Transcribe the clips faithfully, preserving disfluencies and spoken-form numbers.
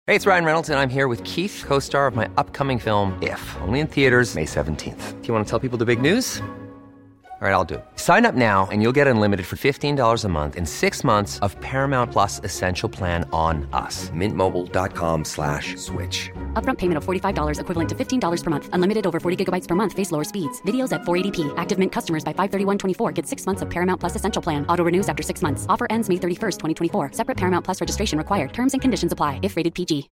Hey, it's Ryan Reynolds, and I'm here with Keith, co-star of my upcoming film, If, only in theaters May seventeenth. Do you want to tell people the big news? All right, I'll do it. Sign up now and you'll get unlimited for fifteen dollars a month and six months of Paramount Plus Essential Plan on us. Mint Mobile dot com slash switch. Upfront payment of forty-five dollars equivalent to fifteen dollars per month. Unlimited over forty gigabytes per month. Face lower speeds. Videos at four eighty p. Active Mint customers by five thirty-one twenty-four get six months of Paramount Plus Essential Plan. Auto renews after six months. Offer ends May thirty-first, twenty twenty-four. Separate Paramount Plus registration required. Terms and conditions apply if rated P G.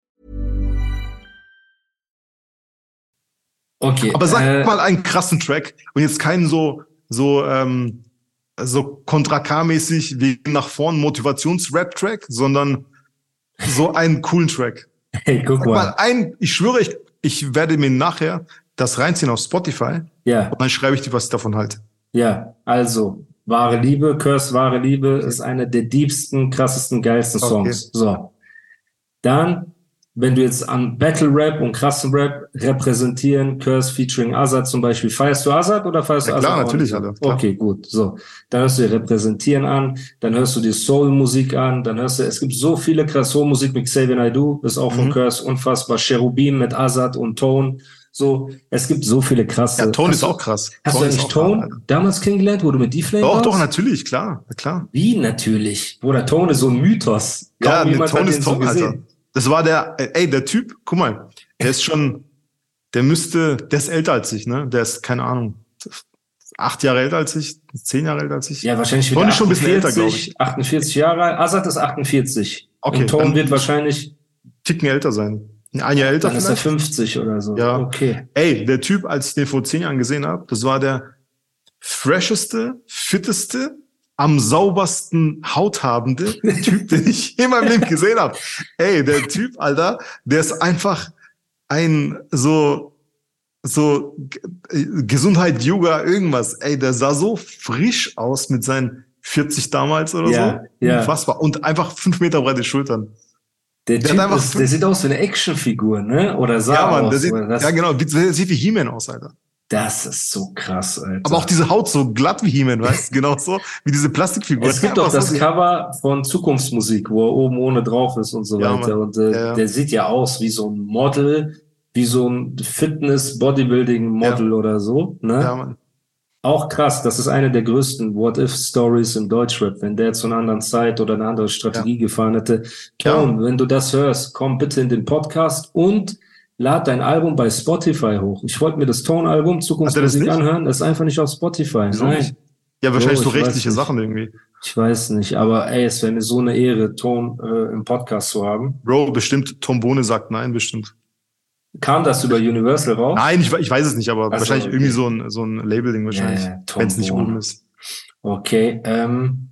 Okay. Aber sag äh, mal einen krassen Track und jetzt keinen so so ähm, so Contra K-mäßig wie nach vorn Motivations-Rap-Track, sondern so einen coolen Track. Hey, guck Sag mal. mal ein, ich schwöre, ich, ich werde mir nachher das reinziehen auf Spotify Ja, und dann schreibe ich dir, was ich davon halte. ja. Also, Wahre Liebe, Curse Wahre Liebe ist einer der diebsten, krassesten, geilsten Songs. Okay. So. Dann, wenn du jetzt an Battle Rap und krassen Rap repräsentieren, Curse featuring Azad zum Beispiel, feierst du Azad oder feierst Ja, du klar, Azad? natürlich, Alter, klar. Okay, gut. So. Dann hörst du dir Repräsentieren an, dann hörst du dir Soul-Musik an, dann hörst du, es gibt so viele krasse Soul-Musik mit Xavier Naidoo, ist auch von Mhm. Curse unfassbar. Cherubim mit Azad und Tone. So, es gibt so viele krasse. Ja, Tone Hast ist du- auch krass. Hast Tone du ist eigentlich auch Tone hart, Alter. damals kennengelernt, wo du mit D-Flame Doch, warst? doch, natürlich, klar, klar. Wie natürlich? Bruder, Tone ist so ein Mythos. Kaum Ja, ne, jemand Tone hat ist den so Tone, Alter. gesehen. Das war der, ey, der Typ, guck mal, der ist schon, der müsste, der ist älter als ich, ne? Der ist, keine Ahnung, acht Jahre älter als ich, zehn Jahre älter als ich. Ja, wahrscheinlich wird Tone er ist schon ein bisschen älter, glaube achtundvierzig, ich. achtundvierzig Jahre alt. Azad ist achtundvierzig. Okay, Und Tone dann- wird wahrscheinlich, Ticken älter sein. Ein Jahr älter dann ist er vielleicht. fünfzig oder so. Ja. Okay. Ey, der Typ, als ich den vor zehn Jahren gesehen habe, das war der fresheste, fitteste, am saubersten hauthabende Typ, den ich je in meinem Leben gesehen habe. Ey, der Typ, Alter, der ist einfach ein so, so G- Gesundheit, Yoga, irgendwas. Ey, der sah so frisch aus mit seinen vierzig damals oder Ja, so. ja. Unfassbar. Und einfach fünf Meter breite Schultern. Der Der Typ hat einfach ist, der sieht aus wie eine Actionfigur, ne? Oder sah Ja, Mann, aus. der sieht, oder das, ja genau, wie- der sieht wie He-Man aus, Alter. das ist so krass, Alter. Aber auch diese Haut so glatt wie He-Man, weißt du? Genau so, wie diese Plastikfigur. Es gibt doch Einfach das so- Cover von Zukunftsmusik, wo er oben ohne drauf ist und so Ja, weiter. Mann. Und äh, Ja, ja. der sieht ja aus wie so ein Model, wie so ein Fitness-Bodybuilding-Model Ja. oder so. Ne? Ja, Mann. Auch krass, das ist eine der größten What-If-Stories im Deutschrap, wenn der zu einer anderen Zeit oder eine andere Strategie gefahren hätte. Tom, wenn du das hörst, komm bitte in den Podcast und lad dein Album bei Spotify hoch. Ich wollte mir das Tone-Album Zukunftsmusik nicht? anhören, das ist einfach nicht auf Spotify. Wieso Nein. nicht? Ja, wahrscheinlich Oh, so ich weiß rechtliche nicht. Sachen irgendwie. Ich weiß nicht, aber ey, es wäre mir so eine Ehre, Ton äh, im Podcast zu haben. Bro, bestimmt, Tom Bohne sagt nein, bestimmt. Kam das über Universal raus? Nein, ich, we- ich weiß es nicht, aber Ach so, wahrscheinlich okay. irgendwie so ein, so ein Labeling wahrscheinlich, Ja, ja, Tom wenn es nicht Bohne. oben ist. Okay, ähm,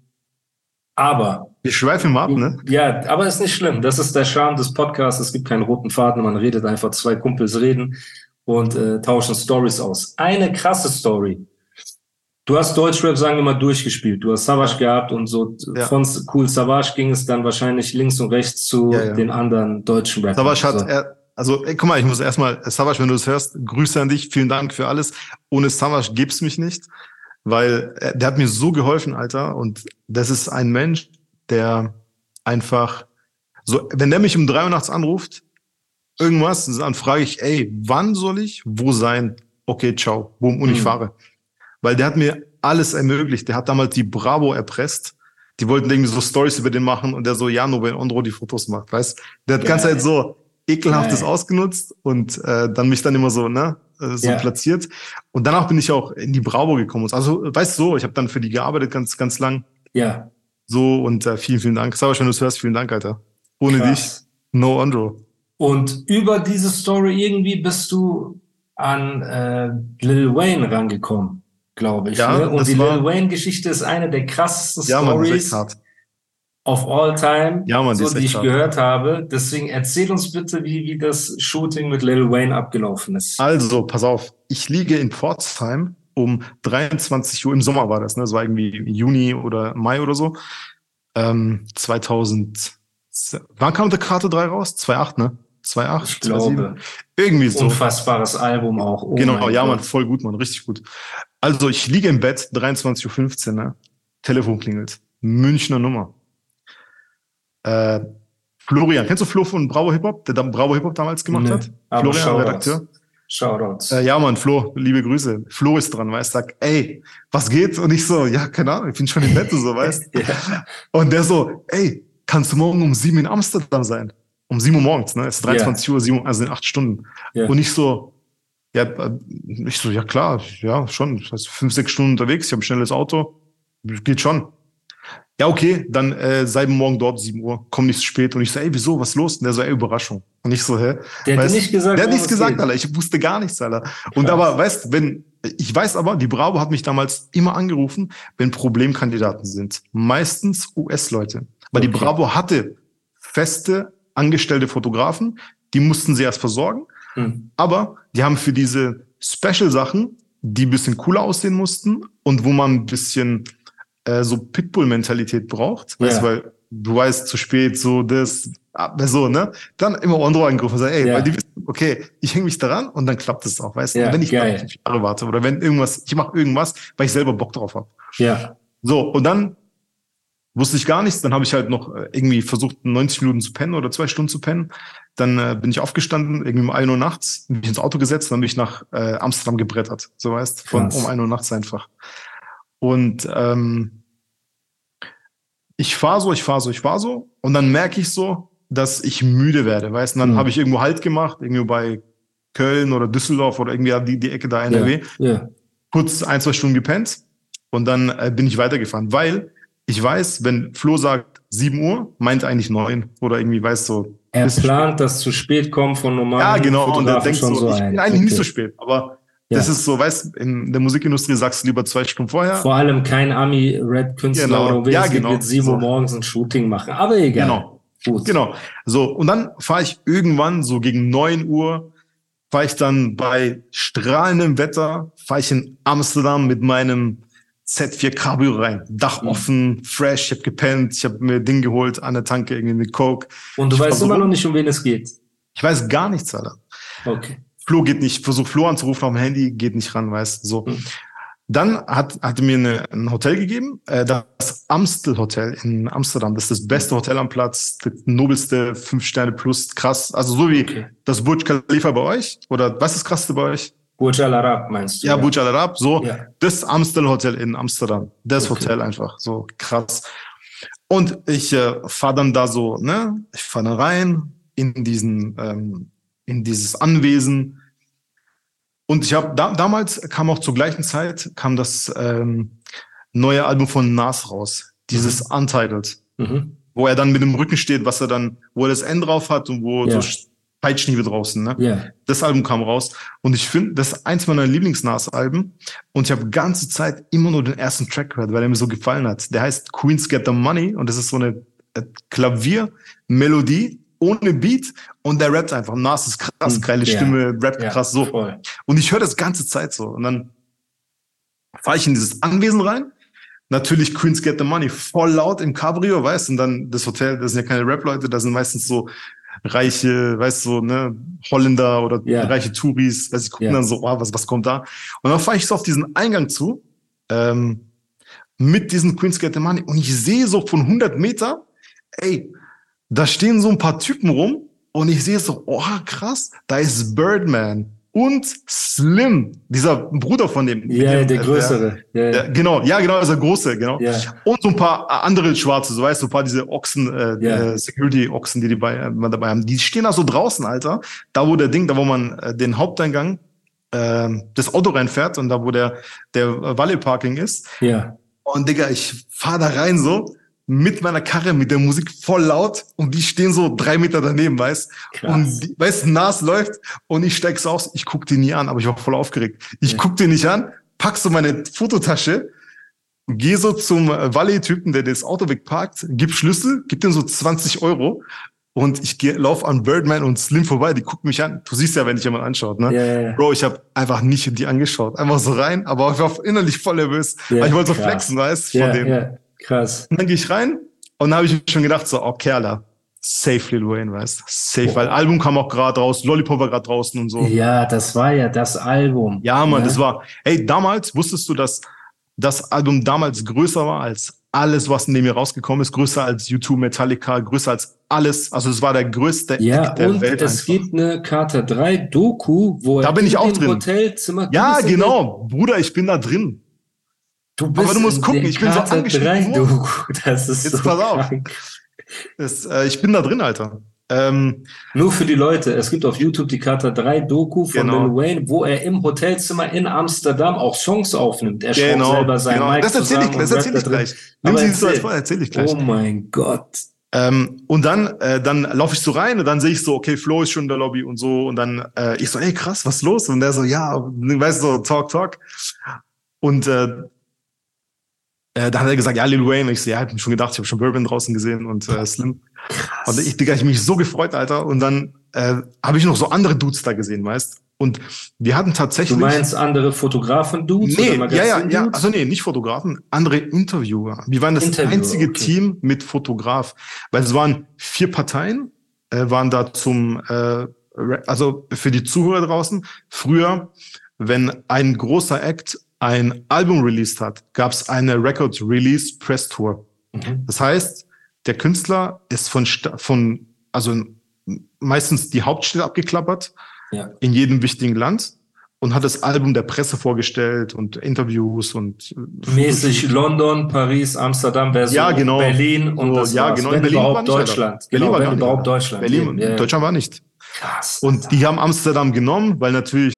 aber, Wir schweifen mal ab, ne? ja, aber ist nicht schlimm. Das ist der Charme des Podcasts. Es gibt keinen roten Faden. Man redet einfach, zwei Kumpels reden und äh, tauschen Stories aus. Eine krasse Story. Du hast Deutschrap, sagen wir mal, durchgespielt. Du hast Savage gehabt und so. Ja. Von Cool Savage ging es dann wahrscheinlich links und rechts zu Ja, ja. den anderen deutschen Rappern. Savage hat, So. er, also, ey, guck mal, ich muss erstmal, Savage, wenn du das hörst, Grüße an dich, vielen Dank für alles. Ohne Savage gibt's mich nicht, weil er, der hat mir so geholfen, Alter. Und das ist ein Mensch, der einfach so, wenn der mich um drei Uhr nachts anruft, irgendwas, dann frage ich, ey, wann soll ich wo sein? Okay, ciao, boom, und ich Mhm. fahre. Weil der hat mir alles ermöglicht. Der hat damals die Bravo erpresst. Die wollten irgendwie so Stories über den machen und der so, ja, nur wenn Ondro die Fotos macht, weißt? Der hat die ganze Geil. Zeit so ekelhaftes Geil. ausgenutzt und äh, dann mich dann immer so, ne, äh, so Ja. platziert. Und danach bin ich auch in die Bravo gekommen. Also, weißt du, so, ich habe dann für die gearbeitet ganz, ganz lang. Ja, So und äh, vielen, vielen Dank. Savage, wenn du es hörst, vielen Dank, Alter. Ohne krass. dich, no Ondro. Und über diese Story irgendwie bist du an äh, Lil Wayne rangekommen, glaube ich. Ja, ne? Und das die war- Lil Wayne-Geschichte ist eine der krassesten Ja, Mann, das ist echt Stories hart. of all time, Ja, Mann, die so, ist die echt ich hart. gehört habe. Deswegen erzähl uns bitte, wie, wie das Shooting mit Lil Wayne abgelaufen ist. Also, pass auf. Ich liege in Pforzheim um dreiundzwanzig Uhr. Im Sommer war das, ne? Das war irgendwie im Juni oder Mai oder so. Ähm, zweitausend. Wann kam der Karte drei raus? zwei Komma acht, ne? zwei Komma acht, Ich zwei Komma sieben. glaube, Irgendwie so. unfassbares Album auch. Oh Genau, mein ja, Gott. Mann, voll gut, Mann, richtig gut. Also, ich liege im Bett, dreiundzwanzig Uhr fünfzehn, ne? Telefon klingelt. Münchner Nummer. Äh, Florian, kennst du Flo von Bravo Hip Hop, der dann Bravo Hip Hop damals gemacht nee, hat? Florian, Redakteur. Shoutouts. Äh, ja, Mann, Flo, liebe Grüße. Flo ist dran, weißt du, sagt, ey, was geht? Und ich so, ja, keine Ahnung, ich bin schon im Bett, so, weißt du. ja. Und der so, ey, kannst du morgen um sieben in Amsterdam sein? Um sieben Uhr morgens, ne? Es ist dreiundzwanzig yeah. Uhr, sieben, also in acht Stunden. Yeah. Und ich so, ja, ich so, ja klar, ja, schon. Das heißt, fünf, sechs Stunden unterwegs, ich habe ein schnelles Auto. Geht schon. Ja, okay, dann äh, sei morgen dort, sieben Uhr, komm nicht zu spät. Und ich so, ey, wieso, was ist los? Und der so, ey, Überraschung. Und ich so, hä? Der hat nicht gesagt, Der hat nichts gesagt, Alter. Ich wusste gar nichts, Alter. Und Krass. aber, weißt, wenn, ich weiß aber, die Bravo hat mich damals immer angerufen, wenn Problemkandidaten sind. Meistens U S-Leute. Weil okay. die Bravo hatte feste, angestellte Fotografen, die mussten sie erst versorgen. Hm. Aber die haben für diese Special-Sachen, die ein bisschen cooler aussehen mussten und wo man ein bisschen äh, so Pitbull-Mentalität braucht, ja. weißt, weil du weißt, zu spät, so das, so, ne? Dann immer Andro angerufen und sagen, ey, ja. weil die wissen, okay, ich hänge mich daran und dann klappt es auch, weißt du? Ja, wenn ich fünf Jahre warte oder wenn irgendwas, ich mache irgendwas, weil ich selber Bock drauf habe. Ja. So, und dann wusste ich gar nichts, dann habe ich halt noch irgendwie versucht, neunzig Minuten zu pennen oder zwei Stunden zu pennen. Dann äh, bin ich aufgestanden, irgendwie um ein Uhr nachts, bin ich ins Auto gesetzt, dann bin ich nach äh, Amsterdam gebrettert, so weißt, von Krass. um ein Uhr nachts einfach. Und ähm, ich fahre so, ich fahre so, ich fahre so und dann merke ich so, dass ich müde werde, weißt. Und dann mhm. habe ich irgendwo Halt gemacht, irgendwie bei Köln oder Düsseldorf oder irgendwie die, die Ecke da N R W. Ja. Ja. Kurz ein, zwei Stunden gepennt und dann äh, bin ich weitergefahren, weil ich weiß, wenn Flo sagt sieben Uhr, meint eigentlich neun oder irgendwie, weißt du. So, er plant, dass zu spät kommt von normalen Ja, genau, und er denkt schon so, so ich bin ein. eigentlich okay. nicht so spät, aber ja. das ist so, weißt, in der Musikindustrie sagst du lieber zwei Stunden vorher. Vor allem kein Ami-Rap-Künstler genau. oder ja, genau. mit sieben Uhr morgens ein Shooting machen, aber egal. Genau, Gut. genau. So, und dann fahre ich irgendwann so gegen neun Uhr, fahre ich dann bei strahlendem Wetter, fahre ich in Amsterdam mit meinem Z vier Cabrio rein. Dach offen, mhm. fresh, ich habe gepennt, ich habe mir Ding geholt an der Tanke, irgendwie eine Coke. Und du ich weißt immer noch nicht, um wen es geht? Ich weiß gar nichts, Alter. Okay. Flo geht nicht, versuch Flo anzurufen auf dem Handy, geht nicht ran, weißt du, so. Mhm. Dann hat, hat er mir eine, ein Hotel gegeben, äh, das Amstel Hotel in Amsterdam. Das ist das beste Hotel am Platz, das nobelste, fünf Sterne plus, krass. Also so wie okay. das Burj Khalifa bei euch, oder was ist das krasseste bei euch? Burj Al Arab meinst du? Ja, ja. Burj Al Arab, so. Ja. Das Amstel Hotel in Amsterdam. Das okay. Hotel einfach, so krass. Und ich äh, fahre dann da so, ne, ich fahre da rein in diesen, ähm, in dieses Anwesen. Und ich habe da, damals kam auch zur gleichen Zeit kam das ähm, neue Album von Nas raus, dieses mhm. Untitled, mhm. wo er dann mit dem Rücken steht, was er dann, wo er das N drauf hat und wo ja. so Peitschenhiebe draußen, ne? Ja. Das Album kam raus und ich finde, das ist eins meiner Lieblings-Nas-Alben und ich habe ganze Zeit immer nur den ersten Track gehört, weil er mir so gefallen hat. Der heißt Queens Get the Money und das ist so eine Klaviermelodie ohne Beat und der rappt einfach. Nas ist krass, geile ja. Stimme, rappt ja, krass so. Voll. Und ich höre das ganze Zeit so. Und dann fahre ich in dieses Anwesen rein. Natürlich Queens Get the Money, voll laut im Cabrio, weißt du? Und dann das Hotel, das sind ja keine Rap-Leute, das sind meistens so reiche, weißt du, so, ne, Holländer oder ja. reiche Touris. Weißt du, gucken ja. dann so, oh, was, was kommt da? Und dann fahre ich so auf diesen Eingang zu, ähm, mit diesen Queens Get the Money. Und ich sehe so von hundert Meter, ey, da stehen so ein paar Typen rum und ich sehe so, oh krass, da ist Birdman und Slim, dieser Bruder von dem. Ja, dem, der äh, Größere. Der, ja, der, genau, ja, genau, ist der Große, genau. Ja. Und so ein paar andere Schwarze, so weißt du, so ein paar diese Ochsen, äh, ja. äh, Security-Ochsen, die die bei, äh, dabei haben. Die stehen da so draußen, Alter. Da, wo der Ding, da wo man äh, den Haupteingang, äh, das Auto reinfährt und da, wo der, der Valet-Parking ist. Ja. Und Digga, ich fahr da rein so. Mit meiner Karre, mit der Musik voll laut und die stehen so drei Meter daneben, weißt du? Und die, weißt, Nas läuft und ich steig so aus, ich guck die nie an, aber ich war voll aufgeregt. Ich ja. guck die nicht an, pack so meine Fototasche, geh so zum Valet-Typen, der das Auto wegparkt, gib Schlüssel, gib dem so zwanzig Euro und ich geh, lauf an Birdman und Slim vorbei, die gucken mich an. Du siehst ja, wenn dich jemand anschaut, ne? Ja, ja, ja. Bro, ich habe einfach nicht die angeschaut, einfach so rein, aber ich war innerlich voll nervös, ja, weil ich wollte so flexen, weißt du, ja, von denen. Ja. Krass. Und dann gehe ich rein und dann habe ich schon gedacht so, oh Kerla, safe Lil Wayne, weißt du, safe, oh. weil Album kam auch gerade raus, Lollipop war gerade draußen und so. Ja, das war ja das Album. Ja, Mann, ja. das war, ey, damals wusstest du, dass das Album damals größer war als alles, was in dem hier rausgekommen ist, größer als U zwei, Metallica, größer als alles. Also es war der größte ja, Act der und Welt. Es einfach. gibt eine Carter drei Doku, wo da er bin ich auch im drin. Hotelzimmer. Ja, genau. Bruder, ich bin da drin. Du bist Aber du musst in gucken, den ich bin so Carter drei angeschnitten Doku. Das ist Jetzt so pass auf. krank. Das, äh, ich bin da drin, Alter. Ähm, Nur für die Leute, es gibt auf YouTube die Carter drei Doku von Genau. Lil Wayne, wo er im Hotelzimmer in Amsterdam auch Songs aufnimmt. Er schraubt genau, selber sein genau. Mic Das erzähle ich, zusammen das und erzähl ich rappt da drin. gleich. Nimm Aber sie so als erzähl. vor, erzähle ich gleich. Oh mein Gott. Ähm, und dann, äh, dann laufe ich so rein und dann sehe ich so, okay, Flo ist schon in der Lobby und so. Und dann äh, ich so, ey, krass, was ist los? Und der so, ja, weißt du, so, talk, talk. Und äh, äh, dann hat er gesagt, ja, Lil Wayne. Und ich so, ja, hab mir schon gedacht, ich habe schon Bourbon draußen gesehen und äh, Slim. Krass. Und ich, Digga, ich mich so gefreut, Alter. Und dann äh, habe ich noch so andere Dudes da gesehen, weißt. Und wir hatten tatsächlich. Du meinst andere Fotografen-Dudes Nee, oder ja, ja, ja. Magazin-Dudes? Also nee, nicht Fotografen, andere Interviewer. Wir waren das Interviewer, einzige okay. Team mit Fotograf, weil es waren vier Parteien, äh, waren da zum, äh, also für die Zuhörer draußen. Früher, wenn ein großer Act ein Album released hat, gab es eine Record Release Press Tour. Mhm. Das heißt, der Künstler ist von, Sta- von also meistens die Hauptstädte abgeklappert, Ja. in jedem wichtigen Land und hat das Album der Presse vorgestellt und Interviews und Mäßig London, Paris, Amsterdam, Version Ja, genau. Berlin und So, das ja, war's. genau. Wenn In Berlin war überhaupt nicht, Alter. Deutschland. Berlin Genau, war wenn gar nicht, überhaupt Alter. Deutschland. Berlin, Eben, ja, ja. Deutschland war nicht. Krass. Und die haben Amsterdam genommen, weil natürlich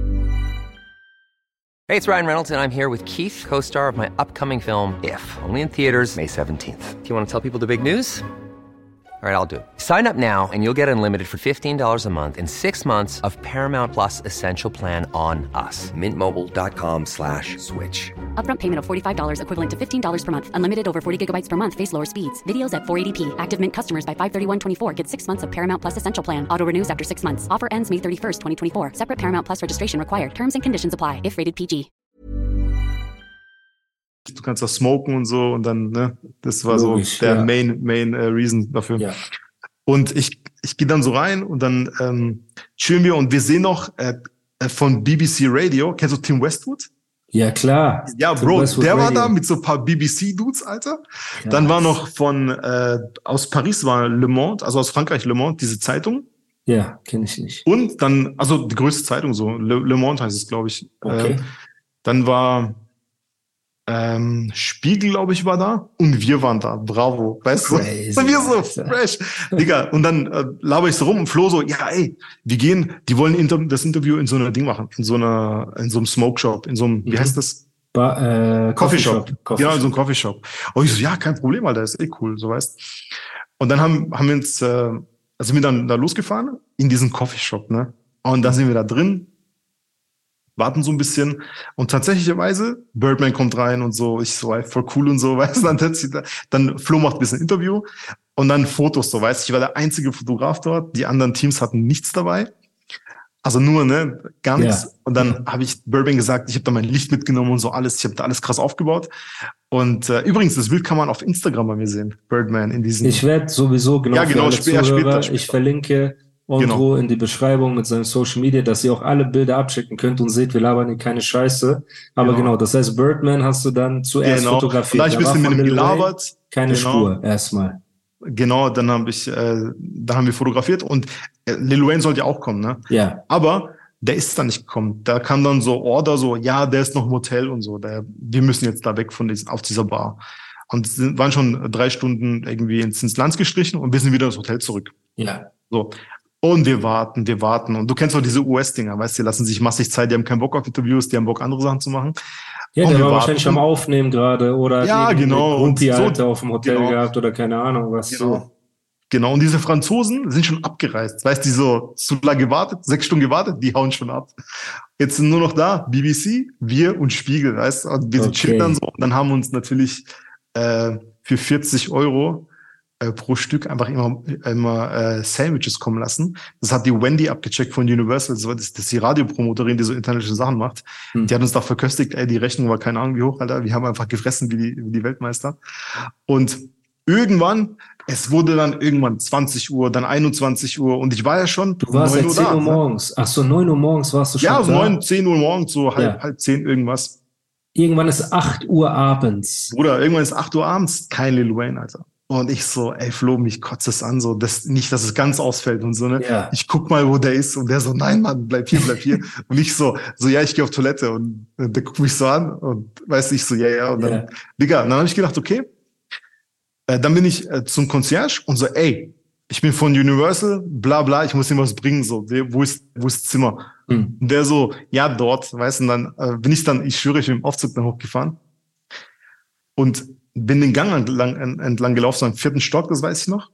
Hey, it's Ryan Reynolds, and I'm here with Keith, co-star of my upcoming film, If, only in theaters May seventeenth. Do you want to tell people the big news? All right, I'll do it. Sign up now and you'll get unlimited for fifteen dollars a month and six months of Paramount Plus Essential Plan on us. Mint Mobile dot com slash switch. Upfront payment of forty-five dollars equivalent to fifteen dollars per month. Unlimited over forty gigabytes per month. Face lower speeds. Videos at four eighty p. Active Mint customers by five thirty-one twenty-four get six months of Paramount Plus Essential Plan. Auto renews after six months. Offer ends May thirty-first, twenty twenty-four. Separate Paramount Plus registration required. Terms and conditions apply if rated P G. du kannst auch smoken und so und dann, ne, das war Logisch, so der ja. Main, Main äh, Reason dafür. Ja. Und ich, ich gehe dann so rein und dann ähm, chillen wir und wir sehen noch äh, äh, von B B C Radio, kennst du Tim Westwood? Ja, klar. Ja, Tim Bro, Westwood der war Radio. da mit so ein paar B B C-Dudes, Alter. Ja. Dann war noch von, äh, aus Paris war Le Monde, also aus Frankreich Le Monde, diese Zeitung. Ja, kenne ich nicht. Und dann, also die größte Zeitung so, Le, Le Monde heißt es, glaube ich. Okay. Ähm, dann war ähm, Spiegel, glaube ich, war da. Und wir waren da. Bravo. Weißt Crazy, du? Und wir so Alter. fresh. Digga. Und dann äh, laber ich so rum und Flo so, ja, ey, wir gehen, die wollen inter das Interview in so einer Ding machen. In so einer, in so einem Smoke Shop. In so einem, wie Mhm. heißt das? Ba äh, Coffee Shop. Coffee Genau, in so Shop. einem Coffee Shop. Und ich so, ja, kein Problem, Alter, ist eh cool, so weißt. Und dann haben, haben wir uns, äh, also sind wir dann da losgefahren in diesen Coffee Shop, ne? Und dann sind wir da drin, warten so ein bisschen und tatsächlicherweise Birdman kommt rein und so, ich so, ey, voll cool und so, weißt du, dann, setzt sie da- dann Flo macht ein bisschen Interview und dann Fotos, so, weißt du, ich war der einzige Fotograf dort, die anderen Teams hatten nichts dabei. Also nur, ne, gar nichts. Ja. Und dann habe ich Birdman gesagt, ich habe da mein Licht mitgenommen und so alles. Ich habe da alles krass aufgebaut. Und äh, übrigens, das Bild kann man auf Instagram bei mir sehen. Birdman in diesen. Ich werde sowieso, genau, Ja, genau, für alle später- Zuhörer, später- später. ich verlinke Ondro in die Beschreibung mit seinem Social Media, dass ihr auch alle Bilder abchecken könnt und seht, wir labern hier keine Scheiße. Aber Genau. genau, das heißt, Birdman hast du dann zuerst Genau. Und fotografiert. da hab ich ein Da war bisschen mit von ihm Lil Wayne gelabert. keine Genau. Spur, erstmal. Genau, dann habe ich, äh, da haben wir fotografiert und äh, Lil Wayne sollte ja auch kommen, ne? Ja, Aber der ist da nicht gekommen. Da kam dann so Order, so, ja, der ist noch im Hotel und so. Der, wir müssen jetzt da weg von diesen, auf dieser Bar. Und sind, waren schon drei Stunden irgendwie ins, ins Land gestrichen und wir sind wieder ins Hotel zurück. ja. So. Und wir warten, wir warten. Und du kennst doch diese U S-Dinger, weißt du, die lassen sich massig Zeit, die haben keinen Bock auf Interviews, die haben Bock, andere Sachen zu machen. Ja, Und der wir war warten. wahrscheinlich am Aufnehmen gerade oder Ja, irgendeine genau. Und Groupie, so- Alter, auf dem Hotel genau. gehabt oder keine Ahnung was. So. Genau. Genau. Und diese Franzosen sind schon abgereist. Weißt du, die so zu lange gewartet, sechs Stunden gewartet, die hauen schon ab. Jetzt sind nur noch da B B C, wir und Spiegel, weißt du. Und wir Okay. chillen dann so. Und dann haben wir uns natürlich äh, für vierzig Euro äh, pro Stück einfach immer, immer äh, Sandwiches kommen lassen. Das hat die Wendy abgecheckt von Universal. Das, war- das ist die Radiopromoterin, die so internationale Sachen macht. Hm. Die hat uns da verköstigt, ey, die Rechnung war keine Ahnung wie hoch, Alter. Wir haben einfach gefressen wie die, wie die Weltmeister. Und irgendwann, es wurde dann irgendwann zwanzig Uhr, dann einundzwanzig Uhr und ich war ja schon Du warst seit neun zehn Uhr ne? morgens. Ach so, neun Uhr morgens warst du schon Ja, da? so neun, zehn Uhr morgens, so halb, Ja. halb zehn irgendwas. Irgendwann ist acht Uhr abends. Bruder, irgendwann ist acht Uhr abends, kein Lil Wayne, Alter. Und ich so, ey Flo, mich kotzt es an, so, das, nicht, dass es ganz ausfällt und so, ne? Ja. Ich guck mal, wo der ist. Und der so, nein, Mann, bleib hier, bleib hier. Und ich so, so, ja, ich gehe auf Toilette. Und der guckt mich so an und weiß ich so, ja, ja. Und dann, Ja. Digga, und dann habe ich gedacht, okay, äh, dann bin ich äh, zum Concierge und so, ey, ich bin von Universal, bla bla, ich muss ihm was bringen, so, wo ist, wo ist das Zimmer? Hm. Und der so, ja, dort, weißt du, und dann äh, bin ich dann, ich schwöre, ich bin im Aufzug dann hochgefahren und bin den Gang entlang, entlang gelaufen, so im vierten Stock, das weiß ich noch.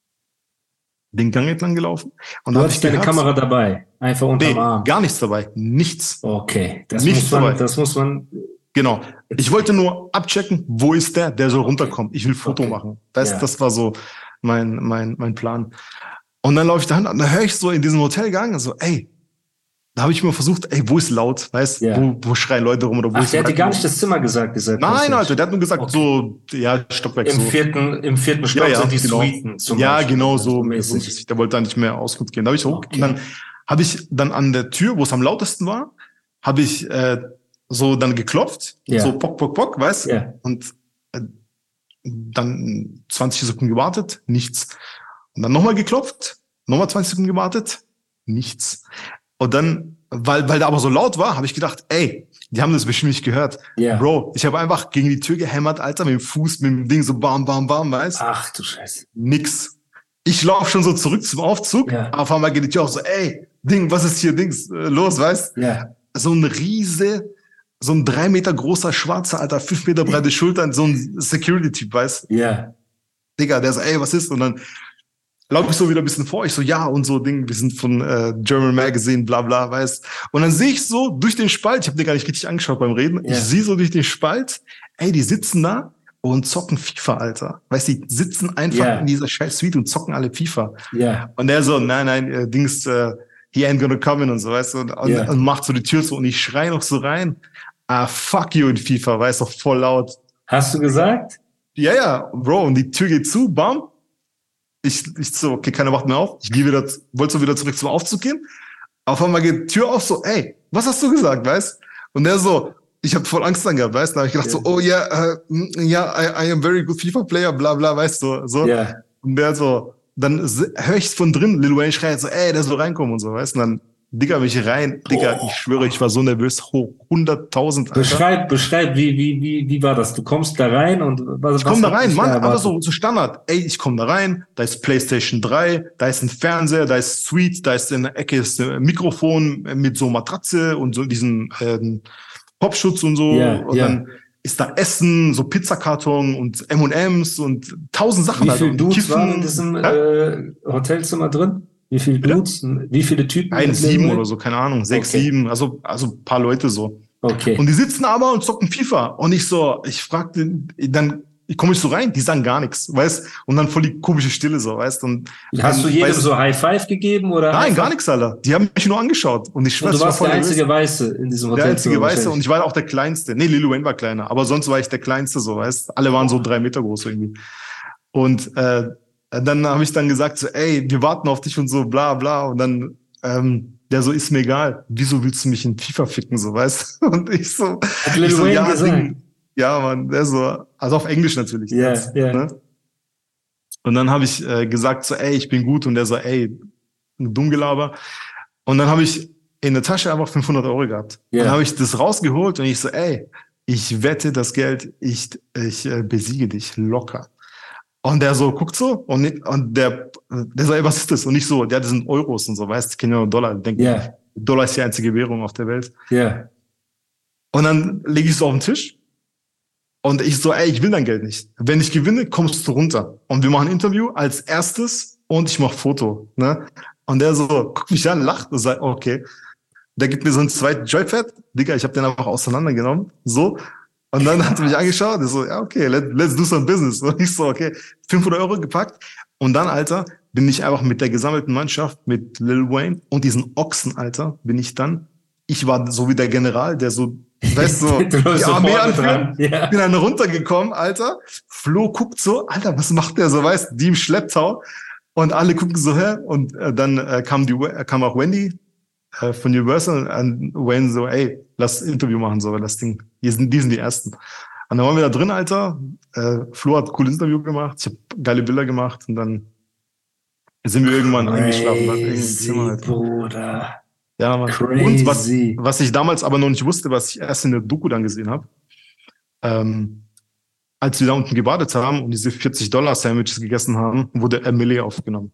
Den Gang entlang gelaufen. Und Du dann hast deine gehört, Kamera dabei, einfach unterm nee, Arm. gar nichts dabei, nichts. Okay, das Nichts muss man, dabei. das muss man. Genau. Ich wollte nur abchecken, wo ist der, der soll runterkommen. Ich will Foto Okay. machen. Das, Ja. das war so mein, mein, mein Plan. Und dann laufe ich da hin und dann höre ich so in diesem Hotelgang so, ey, da habe ich mir versucht, ey, wo ist laut, weißt, Ja. wo, wo schreien Leute rum oder wo Ach, ist der hat dir gar Leute? nicht das Zimmer gesagt, dieser Nein, Concierge. Alter, der hat nur gesagt, Okay. so, ja, Stockwerk Im so. vierten, im vierten Stock Ja, ja, sind die genau. Suiten zum Ja, Beispiel. genau Also so. so mäßig. mäßig. Der wollte da nicht mehr Auskunft gehen. Da habe ich hoch. Okay. Und dann habe ich dann an der Tür, wo es am lautesten war, habe ich äh, so dann geklopft. Ja. So pock, pock, pock, weißt du? Ja. Und äh, dann zwanzig Sekunden gewartet, nichts. Und dann nochmal geklopft, nochmal zwanzig Sekunden gewartet, nichts. Und dann, weil, weil da aber so laut war, habe ich gedacht, ey, die haben das bestimmt nicht gehört. Ja. Bro, ich habe einfach gegen die Tür gehämmert, Alter, mit dem Fuß, mit dem Ding so bam, bam, bam, weißt du? Ach du Scheiße. Nix. Ich laufe schon so zurück zum Aufzug, Ja. auf einmal geht die Tür auch so, ey, Ding, was ist hier, Dings, äh, los, weißt? Ja. So ein riese, so ein drei Meter großer Schwarzer, Alter, fünf Meter breite Schultern, so ein Security-Typ, weißt? Ja. Digga, der so, ey, was ist? Und dann laufe ich so wieder ein bisschen vor, ich so, ja, und so, Ding, wir sind von äh, German Magazine, bla bla, weißt? Und dann sehe ich so durch den Spalt, ich habe den gar nicht richtig angeschaut beim Reden, Ja. ich sehe so durch den Spalt, ey, die sitzen da und zocken FIFA, Alter. Weißt du, die sitzen einfach Ja. in dieser scheiß Suite und zocken alle FIFA. Ja. Und der so, nein, nein, äh, Dings, äh, he ain't gonna come in und so, weißt du, und, und, Ja. und macht so die Tür zu und ich schreie noch so rein, ah, fuck you in FIFA, weißt du, voll laut. Hast du gesagt? Ja, ja, Bro, und die Tür geht zu, bam. Ich, ich so, okay, keiner macht mehr auf. Ich gehe wieder, wollte so wieder zurück zum Aufzug gehen. Auf einmal geht die Tür auf, so, ey, was hast du gesagt, weißt? Und der so, ich habe voll Angst dann gehabt, weißt? Da habe ich gedacht Ja. so, oh ja, yeah, uh, yeah, I, I am very good FIFA player, bla bla, weißt du, so. Ja. Und der so, dann höre ich von drin, Lil Wayne schreit so, ey, der soll reinkommen und so, weißt du? Und dann, Digga, mich rein, Digga, ich schwöre, ich war so nervös, hoch, hunderttausend, Alter. Beschreib, beschreib, wie, wie, wie, wie war das? Du kommst da rein und was, Ich komm da hat rein, dich Mann, da aber erwartet? so, so Standard. Ey, ich komm da rein, da ist PlayStation drei, da ist ein Fernseher, da ist Suite, da ist in der Ecke ist ein Mikrofon mit so Matratze und so diesen ähm, Popschutz und so. Ja, und ja. dann ist da Essen, so Pizzakarton und M und M's und tausend Sachen. Wie halt. viele Und Dudes Kiffen. waren in diesem Ja? äh, Hotelzimmer drin? Wie viele Bitte? Dudes? Wie viele Typen? Ein, mit sieben Lil oder so, keine Ahnung, sechs, Okay. sieben, also, also ein paar Leute so. Okay. Und die sitzen aber und zocken FIFA. Und ich so, ich fragte, dann ich komme ich so rein, die sagen gar nichts, weißt? Und dann voll die komische Stille so, weißt? Und Hast dann, du jedem weißt, so High Five gegeben oder? Nein, einfach- gar nichts, Alter. Die haben mich nur angeschaut. Und ich schwör, Und du ich war warst voll der nervös. einzige Weiße in diesem Hotel. Der einzige Weiße und ich war auch der Kleinste. Nee, Lil Wayne war kleiner, aber sonst war ich der Kleinste, so, weißt? Alle waren so drei Meter groß irgendwie. Und äh, dann habe ich dann gesagt so, ey, wir warten auf dich und so, bla bla. Und dann ähm, der so, ist mir egal. Wieso willst du mich in FIFA ficken, so, weißt? Und ich so, Hat Lil ich so Wayne ja, gesagt? Ding, ja, Mann, der so, also auf Englisch natürlich. Ja, jetzt, ja. Ne? Und dann habe ich äh, gesagt so, ey, ich bin gut. Und der so, ey, Dummgelaber. Und dann habe ich in der Tasche einfach fünfhundert Euro gehabt. Ja. Dann habe ich das rausgeholt und ich so, ey, ich wette das Geld, ich, ich äh, besiege dich locker. Und der so guckt so und, und der, der so, ey, was ist das? Und ich so, der, das sind Euros und so, weißt du, ich kenne ja nur Dollar. Ich denke, Ja. Dollar ist die einzige Währung auf der Welt. Ja. Und dann lege ich es auf den Tisch und ich so, ey, ich will dein Geld nicht. Wenn ich gewinne, kommst du runter. Und wir machen ein Interview als erstes und ich mache Foto. Ne? Und der so, guckt mich an, lacht und sagt, okay. Der gibt mir so einen zweiten Joypad. Digga, ich habe den einfach auseinandergenommen. So. Und dann hat er mich angeschaut. Der so, ja, okay, let, let's do some business. Und ich so, okay, fünfhundert Euro gepackt. Und dann, Alter, bin ich einfach mit der gesammelten Mannschaft, mit Lil Wayne und diesen Ochsen, Alter, bin ich dann. Ich war so wie der General, der so, weißt du, so, Du läufst die so Armee vorne anführt. dran. Ja. Bin dann runtergekommen, Alter. Flo guckt so, Alter, was macht der so, weißt, die im Schlepptau. Und alle gucken so her. Und äh, dann äh, kam die, äh, kam auch Wendy, äh, von Universal an Wayne so, ey, lass ein Interview machen, so, lass Ding, die sind, die sind die Ersten. Und dann waren wir da drin, Alter. Äh, Flo hat ein cooles Interview gemacht, ich habe geile Bilder gemacht und dann sind wir irgendwann eingeschlafen. Crazy, Halt. Bruder. Ja, Mann. Crazy. Und was, was ich damals aber noch nicht wusste, was ich erst in der Doku dann gesehen habe, ähm, als wir da unten gebadet haben und diese vierzig-Dollar-Sandwiches gegessen haben, wurde Emily aufgenommen.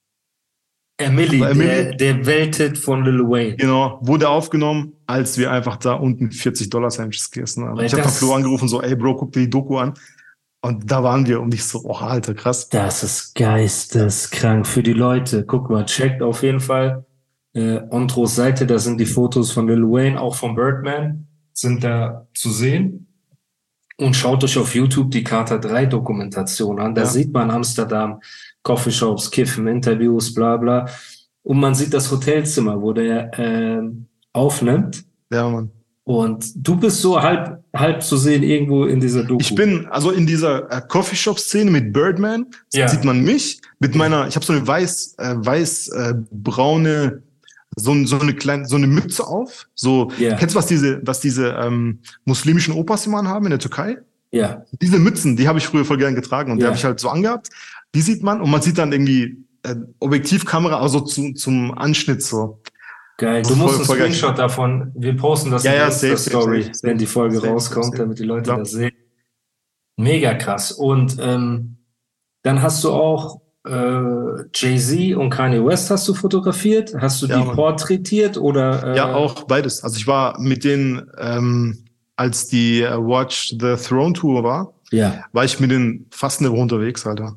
Emily, Emily der, der Welthit von Lil Wayne. Genau, wurde aufgenommen, als wir einfach da unten vierzig-Dollar-Sandwiches gegessen haben. Weil ich habe dann Flo angerufen, so, ey Bro, guck dir die Doku an. Und da waren wir und ich so, oh, Alter, krass. Das ist geisteskrank für die Leute. Guck mal, checkt auf jeden Fall äh, Ontros Seite, da sind die Fotos von Lil Wayne, auch von Birdman, sind da zu sehen. Und schaut euch auf YouTube die Carter drei Dokumentation an. Da ja. sieht man Amsterdam, Coffeeshops, Kiffen, Interviews, bla bla. Und man sieht das Hotelzimmer, wo der äh, aufnimmt. Ja, Mann. Und du bist so halb, halb zu sehen irgendwo in dieser Doku. Ich bin, also in dieser äh, Coffeeshop-Szene mit Birdman, ja. sieht man mich mit meiner, ich habe so eine weiß, äh, weiß, äh, braune, so, so eine kleine, so eine Mütze auf. So, yeah. Kennst du, was diese, was diese ähm, muslimischen Opas immer haben in der Türkei? Ja. Yeah. Diese Mützen, die habe ich früher voll gern getragen und yeah. die habe ich halt so angehabt. Die sieht man und man sieht dann irgendwie äh, Objektivkamera, also zu, zum Anschnitt so. Geil. Du musst einen Screenshot davon. Wir posten das ja, in ja, der safe, Story, safe, safe, wenn die Folge safe, rauskommt, safe, damit die Leute ja. das sehen. Mega krass. Und ähm, dann hast du auch äh, Jay-Z und Kanye West hast du fotografiert. Hast du ja, die Mann. porträtiert oder? Äh, ja, auch beides. Also ich war mit denen, ähm, als die uh, Watch the Throne Tour war, ja. war ich mit denen fast eine Woche unterwegs, Alter.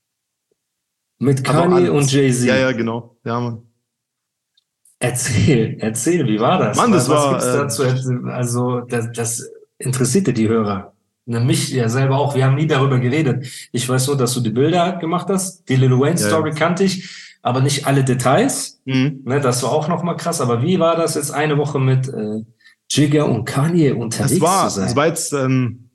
Mit Kanye und Jay-Z? Ja, ja, genau. Ja, Mann. Erzähl, erzähl, wie war das? Mann, das was war, gibt's äh, dazu? Also, das, das interessierte die Hörer. Mich ja selber auch. Wir haben nie darüber geredet. Ich weiß nur, dass du die Bilder gemacht hast. Die Lil Wayne Story ja, ja. kannte ich, aber nicht alle Details. Mhm. Ne, das war auch nochmal krass. Aber wie war das jetzt eine Woche mit äh, Jigga und Kanye unterwegs das war, zu sein? Das war jetzt, ähm,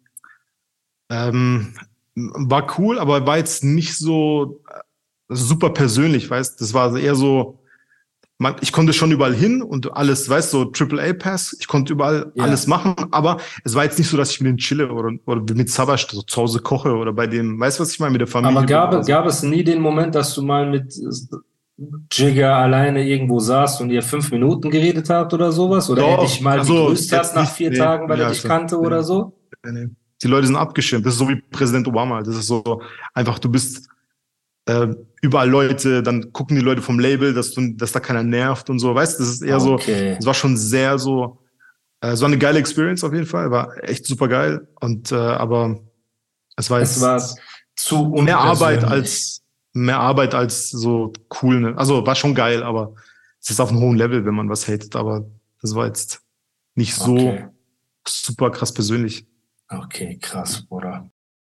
ähm, war cool, aber war jetzt nicht so äh, super persönlich, weißt? Das war eher so, man, ich konnte schon überall hin und alles, weißt du, so Triple A Pass, ich konnte überall ja. alles machen, aber es war jetzt nicht so, dass ich mit denen chille oder, oder mit Savas so zu Hause koche oder bei dem, weißt du, was ich meine, mit der Familie. Aber gab, so. gab es nie den Moment, dass du mal mit Jigga alleine irgendwo saßt und ihr fünf Minuten geredet habt oder sowas? Oder Doch, er dich mal also, begrüßt hast nach vier nee, Tagen, weil ja, er dich also, kannte nee, oder so? Nee, nee. Die Leute sind abgeschirmt. Das ist so wie Präsident Obama. Das ist so einfach, du bist äh, überall Leute, dann gucken die Leute vom Label, dass du, dass da keiner nervt und so. Weißt du, das ist eher okay. so, es war schon sehr so, äh, so eine geile Experience auf jeden Fall. War echt super geil. Und äh, aber es war jetzt es war zu mehr Arbeit als mehr Arbeit als so cool. Ne? Also war schon geil, aber es ist auf einem hohen Level, wenn man was hatet. Aber das war jetzt nicht so okay. super krass persönlich. Okay, krass, Bruder.